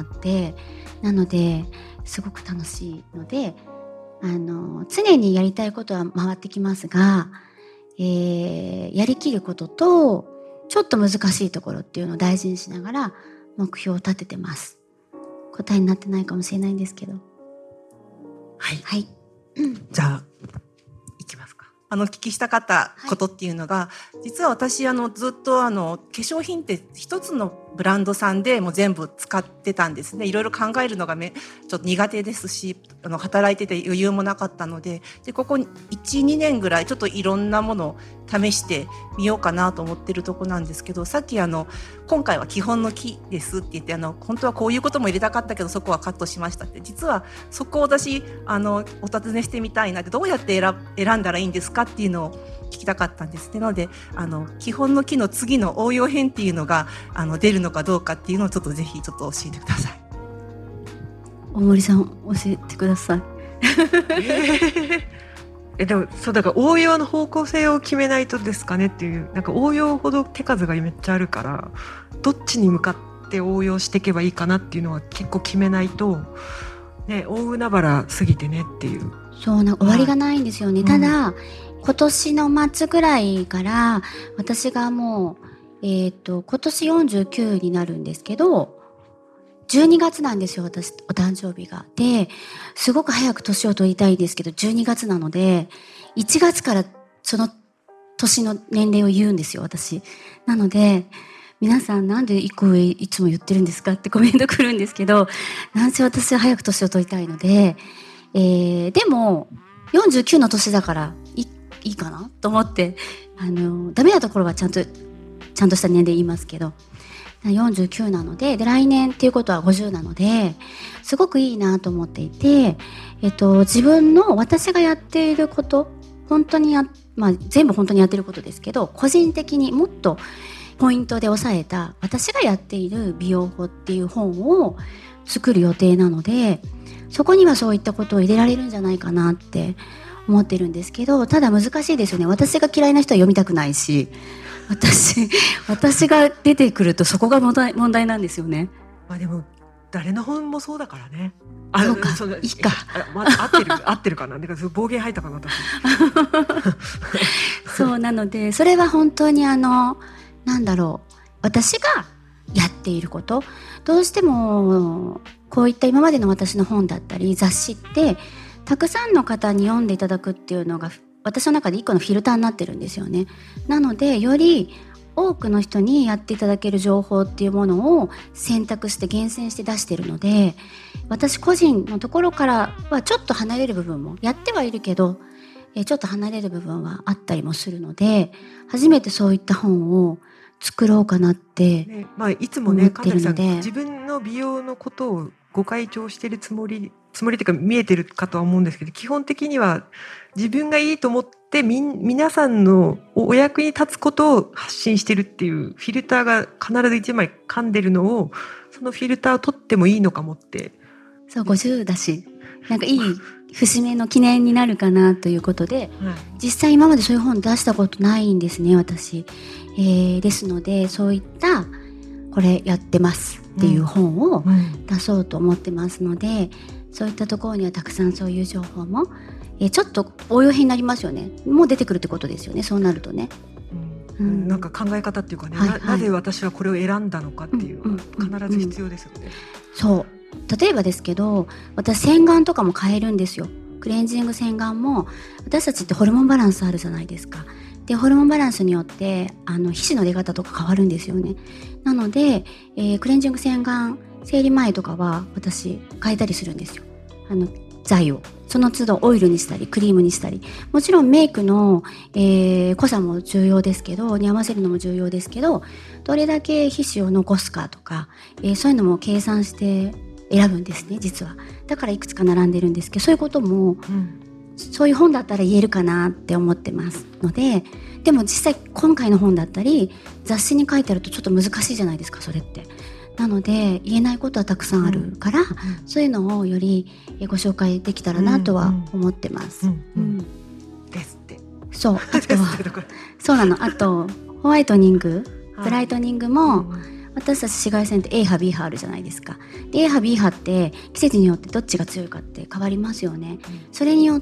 なのですごく楽しいので、あの常にやりたいことは回ってきますが、えー、やりきることとちょっと難しいところっていうのを大事にしながら目標を立ててます。答えになってないかもしれないんですけど、 はい、 はい、 うん、じゃあいきますか。あのお聞きしたかったことっていうのが、はい、実は私あのずっとあの化粧品って一つのブランドさんでもう全部使ってたんですね。いろいろ考えるのがめちょっと苦手ですし、あの働いてて余裕もなかったので、でここいち、にねんぐらいちょっといろんなものを試してみようかなと思ってるとこなんですけど、さっきあの今回は基本の木ですって言って、あの本当はこういうことも入れたかったけどそこはカットしましたって、実はそこを私あのお尋ねしてみたいなって、どうやって選選んだらいいんですかっていうのを聞きたかったんですね。なのであの基本の木の次の応用編っていうのがあの出るのかどうかっていうのをちょっとぜひちょっと教えてください。 大森さん教えてください。 えでもそうだから応用の方向性を決めないとですかねっていう、なんか応用ほど手数がめっちゃあるから、どっちに向かって応用していけばいいかなっていうのは結構決めないとね、大海原過ぎてねっていう、 そうな終わりがないんですよね、はい、ただ、うん、今年の末ぐらいから私がもう、えー、と今年よんじゅうきゅうになるんですけど、じゅうにがつなんですよ、私お誕生日が。ですごく早く年を取りたいんですけどじゅうにがつなのでいちがつからその年の年齢を言うんですよ、私。なので皆さんなんでいっこ上いつも言ってるんですかってコメント来るんですけど、なんせ私は早く年を取りたいので、えー、でもよんじゅうきゅうの年だからい い, いいかなと思って、あのダメなところはちゃんとちゃんとした年齢言いますけど、よんじゅうきゅうなの で, で来年っていうことはごじゅうなのですごくいいなと思っていて、えっと、自分の私がやっていること本当にや、まあ、全部本当にやってることですけど、個人的にもっとポイントで押さえた私がやっている美容法っていう本を作る予定なので、そこにはそういったことを入れられるんじゃないかなって思ってるんですけど、ただ難しいですよね。私が嫌いな人は読みたくないし、私私が出てくるとそこが問題、問題なんですよね。 まあでも誰の本もそうだからね。 あそうか、 そのいいか、 まあ、合ってる合ってるかな。だから暴言入ったかな私。 そうなので、それは本当にあのなんだろう、私がやっていること、どうしてもこういった今までの私の本だったり雑誌ってたくさんの方に読んでいただくっていうのが私の中で一個のフィルターになってるんですよね。なのでより多くの人にやっていただける情報っていうものを選択して厳選して出しているので、私個人のところからはちょっと離れる部分もやってはいるけど、えちょっと離れる部分はあったりもするので、初めてそういった本を作ろうかなって、 ね、まあ、いつもね神崎さん自分の美容のことをご開帳してるつもりつもりというか見えてるかとは思うんですけど、基本的には自分がいいと思ってみ皆さんのお役に立つことを発信してるっていうフィルターが必ずいちまい噛んでるのを、そのフィルターを取ってもいいのかもって。 そうごじゅうだし、なんかいい節目の記念になるかなということで、はい、実際今までそういう本出したことないんですね私、えー、ですのでそういったこれやってますっていう本を出そうと思ってますので、うんうん、そういったところにはたくさんそういう情報も、えー、ちょっと応用編になりますよね。もう出てくるってことですよね、そうなるとね、 うんうん、なんか考え方っていうかね、はいはい、な, なぜ私はこれを選んだのかっていうのが必ず必要ですよね、うんうんうん、 そう例えばですけど、私洗顔とかも変えるんですよ。クレンジング洗顔も私たちってホルモンバランスあるじゃないですか。でホルモンバランスによってあの皮脂の出方とか変わるんですよね。なので、えー、クレンジング洗顔生理前とかは私変えたりするんですよ。あの剤をその都度オイルにしたりクリームにしたり、もちろんメイクの、えー、濃さも重要ですけど、に合わせるのも重要ですけど、どれだけ皮脂を残すかとか、えー、そういうのも計算して選ぶんですね実は。だからいくつか並んでるんですけど、そういうことも、うん、そういう本だったら言えるかなって思ってますので、でも実際今回の本だったり雑誌に書いてあるとちょっと難しいじゃないですかそれって。なので言えないことはたくさんあるから、うんうん、そういうのをよりご紹介できたらなとは思ってます、うんうんうん、 ですって。 そう、あとはそうなの。あとホワイトニング、ブライトニングも、うんうん、私たち紫外線って A 波 B 波あるじゃないですか。で A 波 B 波って季節によってどっちが強いかって変わりますよね、うん、それによって、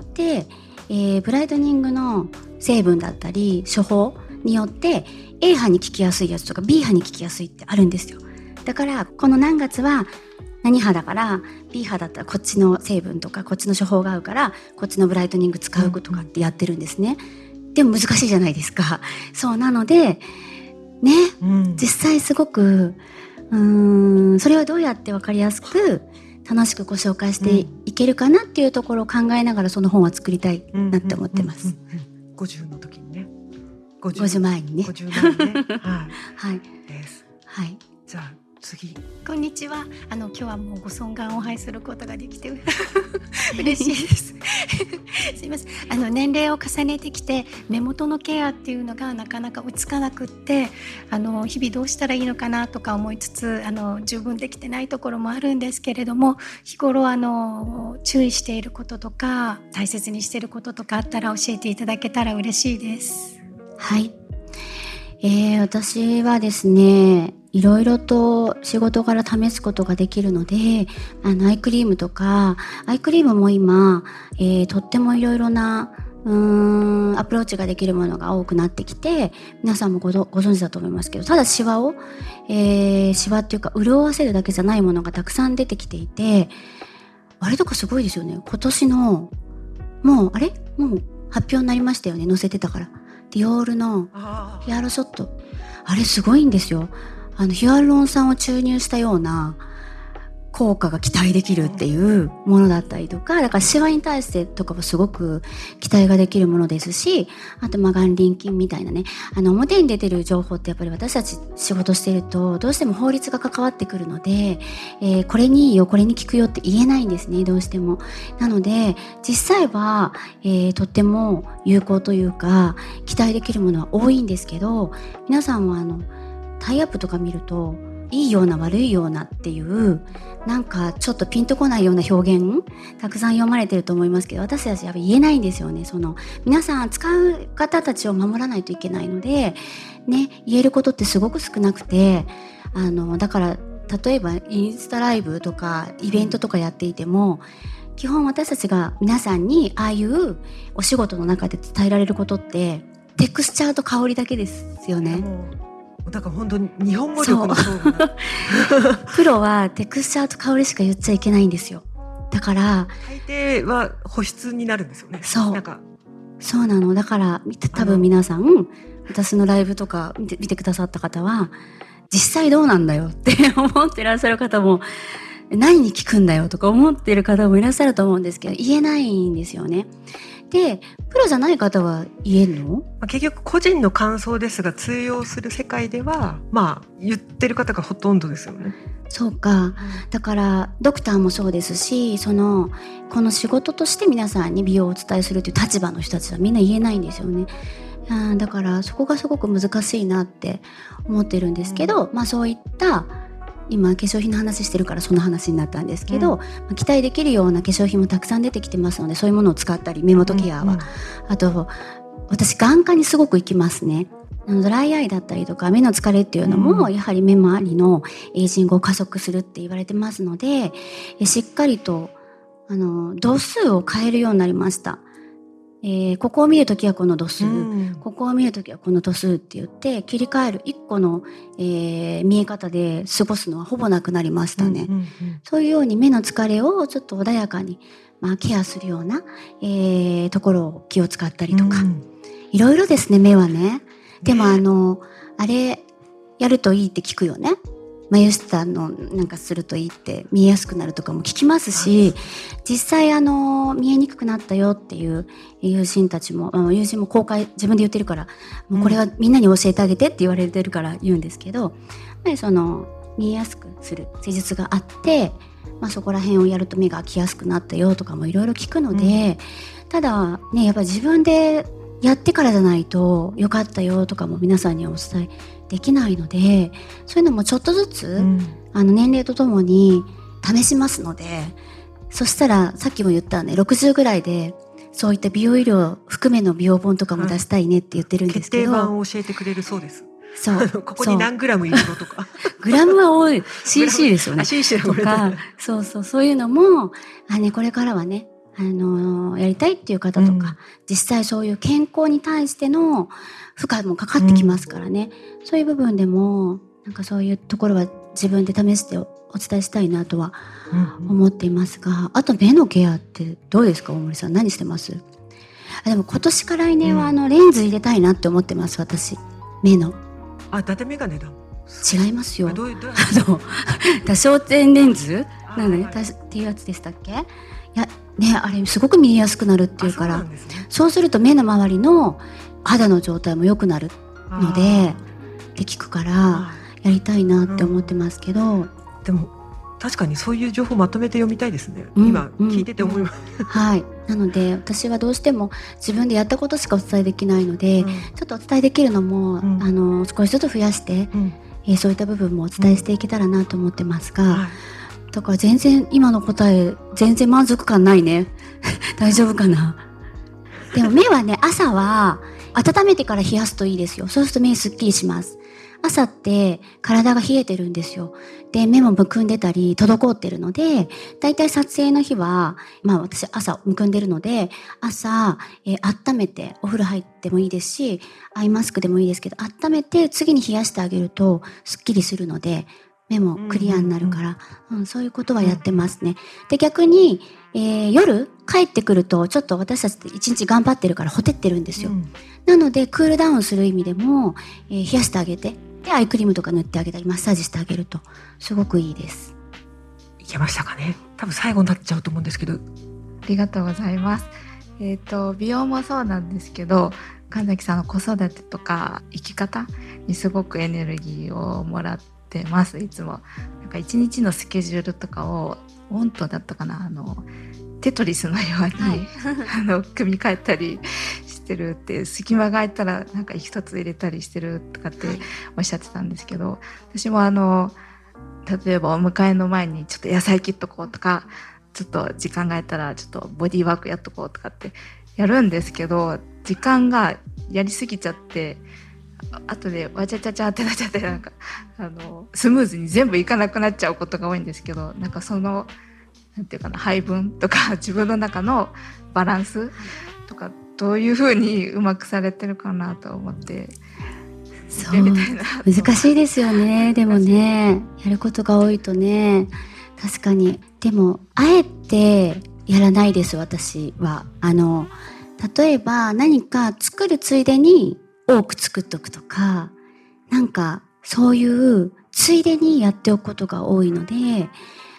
えー、ブライトニングの成分だったり処方によって A 波に効きやすいやつとか B 波に効きやすいってあるんですよ。だからこの何月は何波だから B 波だったらこっちの成分とかこっちの処方が合うからこっちのブライトニング使うとかってやってるんですね、うん、でも難しいじゃないですか。そうなのでね、うん、実際すごくうーんそれをどうやって分かりやすく楽しくご紹介していけるかなっていうところを考えながらその本は作りたいなって思ってます。 ごじゅうの時にね、 ごじゅう前にね、 ごじゅう前にねはい、 はい、 です。 はい。 じゃあ次。 こんにちは。あの今日はもうご尊顔を拝することができて嬉しいですすいません。あの年齢を重ねてきて目元のケアっていうのがなかなか追いつかなくって、あの日々どうしたらいいのかなとか思いつつ、あの十分できてないところもあるんですけれども、日頃あの注意していることとか大切にしていることとかあったら教えていただけたら嬉しいです。 はい、えー、私はですねいろいろと仕事から試すことができるので、あのアイクリームとかアイクリームも今、えー、とってもいろいろなうーんアプローチができるものが多くなってきて、皆さんも ご, ご存知だと思いますけど、ただシワを、えー、シワっていうか潤わせるだけじゃないものがたくさん出てきていて、あれとかすごいですよね。今年のもうあれもう発表になりましたよね。載せてたからディオールのヒアルショット、あれすごいんですよ。あのヒアルロン酸を注入したような効果が期待できるっていうものだったりとか、だからシワに対してとかもすごく期待ができるものですし、あとまあ眼輪筋みたいなね、あの表に出てる情報ってやっぱり私たち仕事してるとどうしても法律が関わってくるので、えー、これにいいよこれに効くよって言えないんですね、どうしても。なので実際は、えー、とっても有効というか期待できるものは多いんですけど、皆さんはあのタイアップとか見るといいような悪いようなっていうなんかちょっとピンとこないような表現たくさん読まれてると思いますけど、私たちやっぱ言えないんですよね。その皆さん使う方たちを守らないといけないのでね、言えることってすごく少なくて、あのだから例えばインスタライブとかイベントとかやっていても、基本私たちが皆さんにああいうお仕事の中で伝えられることってテクスチャーと香りだけですよね。 だから本当に日本語力の勝負プロはテクスチャーと香りしか言っちゃいけないんですよ。だから大抵は保湿になるんですよね。 そうなんかそうなの。だから多分皆さん私のライブとか見て、見てくださった方は実際どうなんだよって思ってらっしゃる方も何に効くんだよとか思っている方もいらっしゃると思うんですけど、言えないんですよね。で、プロじゃない方は言えるの？ 結局個人の感想ですが、通用する世界ではまあ言ってる方がほとんどですよね。 そうか。だからドクターもそうですし、そのこの仕事として皆さんに美容をお伝えするという立場の人たちはみんな言えないんですよね。あ、だからそこがすごく難しいなって思ってるんですけど、うん、まあそういった今化粧品の話してるからその話になったんですけど、うん、まあ、期待できるような化粧品もたくさん出てきてますので、そういうものを使ったり、目元ケアは、うんうん、あと私眼科にすごく行きますね。あのドライアイだったりとか目の疲れっていうのも、うん、やはり目周りのエイジングを加速するって言われてますので、しっかりとあの度数を変えるようになりました。えー、ここを見るときはこの度数、うん、ここを見るときはこの度数って言って切り替える一個の、えー、見え方で過ごすのはほぼなくなりましたね、うんうんうん、そういうように目の疲れをちょっと穏やかに、まあ、ケアするような、えー、ところを気を使ったりとか、うん、いろいろですね。目はね、でもあのあれやるといいって聞くよね。眉下のなんかするといいって見えやすくなるとかも聞きますし、実際あの見えにくくなったよっていう友人たちも、友人も公開自分で言ってるから、もうこれはみんなに教えてあげてって言われてるから言うんですけど、やっぱりその見えやすくする施術があって、まあ、そこら辺をやると目が開きやすくなったよとかもいろいろ聞くので、うん、ただね、やっぱり自分でやってからじゃないとよかったよとかも皆さんにはお伝えできないので、そういうのもちょっとずつ、うん、あの年齢とともに試しますので、そしたらさっきも言ったね、ろくじゅうぐらいでそういった美容医療含めの美容本とかも出したいねって言ってるんですけど、 決定版を教えてくれるそうです。 そうここに何グラムいるのとかグラムは多い シーシー ですよね。 シーシーとか、そうそう、そういうのもあ、ね、これからはね、あのー、やりたいっていう方とか、うん、実際そういう健康に対しての負荷もかかってきますからね、うん、そういう部分でもなんかそういうところは自分で試してお伝えしたいなとは思っていますが、うんうん、あと目のケアってどうですか、大森さん何してます？あ、でも今年から来年はあのレンズ入れたいなって思ってます。私目のあ、伊達メガネだ。 違いますよ。 どういうどういうあの多焦点レンズなんだね、はい、っていうやつでしたっけ？いやね、あれすごく見えやすくなるっていうから、 そうなんですね。そうすると目の周りの肌の状態も良くなるのでって聞くからやりたいなって思ってますけど、うん、 でも確かにそういう情報まとめて読みたいですね、うん、今聞いてて思います、 うん、はい。なので私はどうしても自分でやったことしかお伝えできないので、うん、ちょっとお伝えできるのも、うん、あの少しずつ増やして、うん、えー、そういった部分もお伝えしていけたらなと思ってますが、はい、だから全然今の答え全然満足感ないね大丈夫かな。でも目はね、朝は温めてから冷やすといいですよ。そうすると目すっきりします。朝って体が冷えてるんですよ。で、目もむくんでたり滞ってるので、だいたい撮影の日は、まあ私朝むくんでるので、朝、えー、温めてお風呂入ってもいいですし、アイマスクでもいいですけど、温めて次に冷やしてあげるとすっきりするので、目もクリアになるから、うんうんうん、そういうことはやってますね。で、逆に、えー、夜帰ってくるとちょっと私たちって一日頑張ってるからほてってるんですよ、うん、なのでクールダウンする意味でも、えー、冷やしてあげて、でアイクリームとか塗ってあげたりマッサージしてあげるとすごくいいです。 いけましたかね。多分最後になっちゃうと思うんですけど。ありがとうございます。えーと、美容もそうなんですけど、神崎さんの子育てとか生き方にすごくエネルギーをもらってます。いつもなんか一日のスケジュールとかをオンとだったかな、あのテトリスのように、はい、あの組み替えたりしてるって、隙間が空いたらなんか一つ入れたりしてるとかっておっしゃってたんですけど、はい、私もあの例えばお迎えの前にちょっと野菜切っとこうとか、ちょっと時間が空いたらちょっとボディーワークやっとこうとかってやるんですけど、時間がやりすぎちゃって後でわちゃちゃちゃってなっちゃって、なんかあのスムーズに全部いかなくなっちゃうことが多いんですけど、なんかそのなんていうかな、配分とか自分の中のバランスとかどういうふうにうまくされてるかなと思って、 そう難しいですよね。でもね、やることが多いとね、確かに。でもあえてやらないです私は。あの例えば何か作るついでに多く作っとくとか、なんかそういうついでにやっておくことが多いので、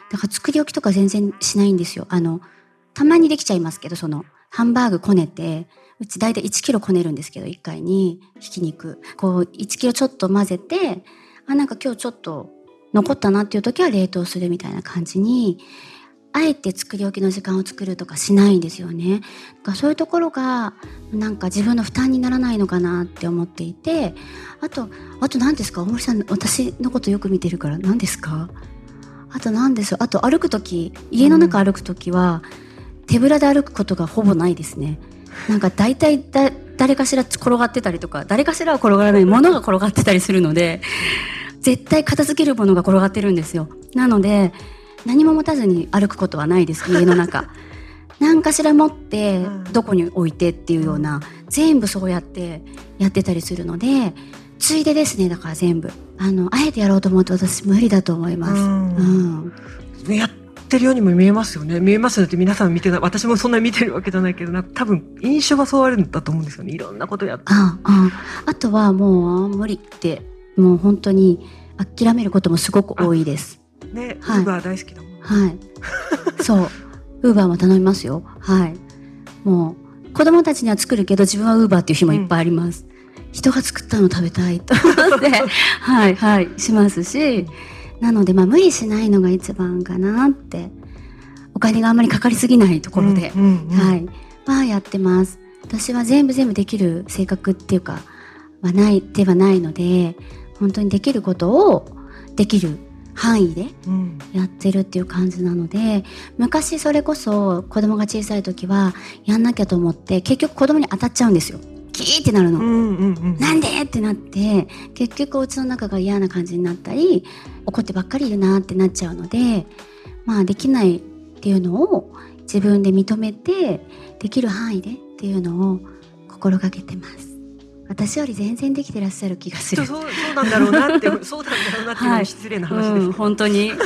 だから作り置きとか全然しないんですよ。あのたまにできちゃいますけど、そのハンバーグこねて、うち大体いちキロこねるんですけど、いっかいにひき肉こういちキロちょっと混ぜて、あなんか今日ちょっと残ったなっていう時は冷凍するみたいな感じに、あえて作り置きの時間を作るとかしないんですよね。だからそういうところがなんか自分の負担にならないのかなって思っていて、あとあと何ですか、大森さん私のことよく見てるから何ですか。あと何でしょう。あと歩く時、家の中歩く時は、うん、手ぶらで歩くことがほぼないですね。なんか大体だ誰かしら転がってたりとか、誰かしらは転がらないものが転がってたりするので、絶対片付けるものが転がってるんですよ。なので何も持たずに歩くことはないです。家の中何かしら持ってどこに置いてっていうような、全部そうやってやってたりするので、ついでですね。だから全部あのあえてやろうと思うと私無理だと思います。うんうん、やってるようにも見えますよね。見えますよって皆さん見てない、私もそんなに見てるわけじゃないけど、なんか多分印象はそうあるんだと思うんですよね。いろんなことやって、 あああとはもう無理ってもう本当に諦めることもすごく多いです。 ね、ウーバー大好きだもん。 はい。そうウーバーも頼みますよ。はい。もう子供たちには作るけど自分はウーバーっていう日もいっぱいあります。うん、人が作ったの食べたいと思ってはいはいしますし、なのでまあ無理しないのが一番かなって。お金があんまりかかりすぎないところで、うんうんうん、はいまあやってます。私は全部全部できる性格っていうかはないではないので、本当にできることをできる範囲でやってるっていう感じなので、うん、昔それこそ子供が小さい時はやんなきゃと思って結局子供に当たっちゃうんですよ。キーってなるの、うんうんうん、なんでってなって結局お家の中が嫌な感じになったり怒ってばっかりいるなってなっちゃうので、まあできないっていうのを自分で認めてできる範囲でっていうのを心がけてます。私より全然できてらっしゃる気がする。 そう、そうなんだろうなってそうなんだろうなっていうのも失礼な話です、はいうん、 本当に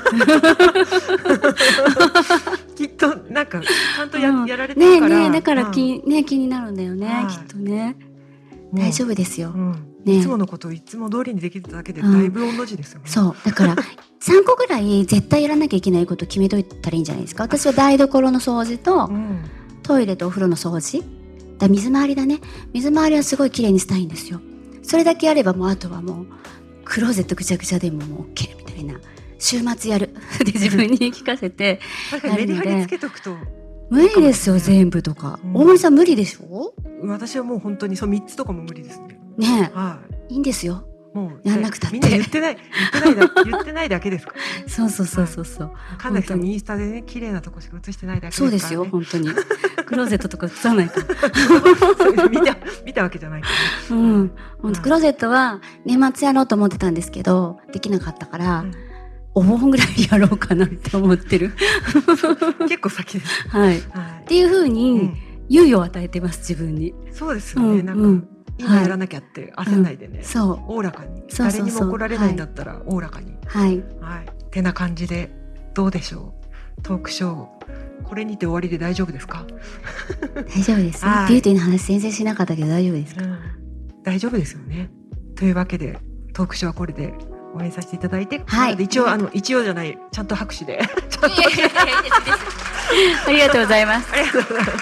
きっとなんかちゃんと や,、うん、やられてるから、 ねえねえだから気、うんね、気になるんだよね、はい、きっとね大丈夫ですよ、 うんね、いつものことをいつも通りにできるだけでだいぶ同じですよね、 うん、そうだからさんこぐらい絶対やらなきゃいけないこと決めといたらいいんじゃないですか。私は台所の掃除と、うん、トイレとお風呂の掃除だ、水回りだね。水回りはすごい綺麗にしたいんですよ。それだけやればもうあとはもうクローゼットぐちゃぐちゃでももう OK みたいな、週末やるで自分に言い聞かせてやるのでメリハリつけとくと無理ですよ全部とか、うん、大森さん無理でしょ。 私はもう本当にそうみっつとかも無理ですね。 ねえ、 はい、 いいんですよもうやんなくたって。 みんな言ってない言ってないだ言ってないだけですから、ね、 そうそうそうそうそう、はい、 神崎さんインスタでね綺麗なとこしか映してないだけですからね。 そうですよ本当にクローゼットとか映さないから見た見たわけじゃないから、ね、 うん本当クローゼットは年末やろうと思ってたんですけどできなかったから、うん、お盆ぐらいやろうかなって思ってる結構先です、 はいはい、っていう風に猶予を与えてます自分に。 そうですよね、うん、なんか、うん今やらなきゃって焦んないでね、 うん、そうおおらかにそうそうそう誰にも怒られないんだったらおおらかにはい、 はい、てな感じでどうでしょうトークショーこれにて終わりで大丈夫ですか。 大丈夫です、はい、ビューティーの話全然しなかったけど大丈夫ですか、うん、 大丈夫ですよね。というわけでトークショーはこれで応援させていただいて、 はい、 一応あの一応じゃないちゃんと拍手でちゃんとありがとうございます。 ありがとうございます。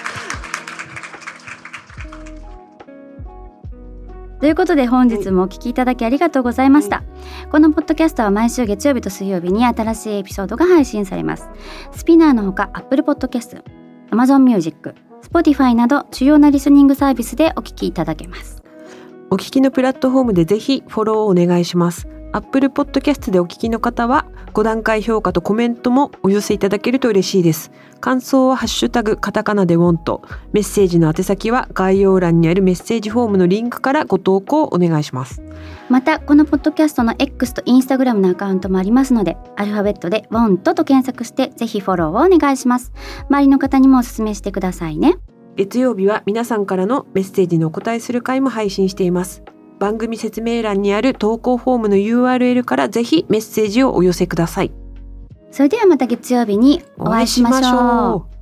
ということで本日もお聞きいただきありがとうございました。このポッドキャストは毎週月曜日と水曜日に新しいエピソードが配信されます。スピナーのほか Apple Podcast、Amazon Music、Spotify など主要なリスニングサービスでお聞きいただけます。 お聞きのプラットフォームでぜひフォローをお願いします。Apple Podcast でお聞きの方はご段階評価とコメントもお寄せいただけると嬉しいです。感想はハッシュタグカタカナでウォント、メッセージの宛先は概要欄にあるメッセージフォームのリンクからご投稿お願いします。 またこのポッドキャストの X と Instagram のアカウントもありますので、アルファベットでウォントと検索してぜひフォローをお願いします。周りの方にもお勧めしてくださいね。 月曜日は皆さんからのメッセージにお答えする回も配信しています。番組説明欄にある投稿フォームの ユーアールエル からぜひメッセージをお寄せください。 それではまた月曜日にお会いしましょう。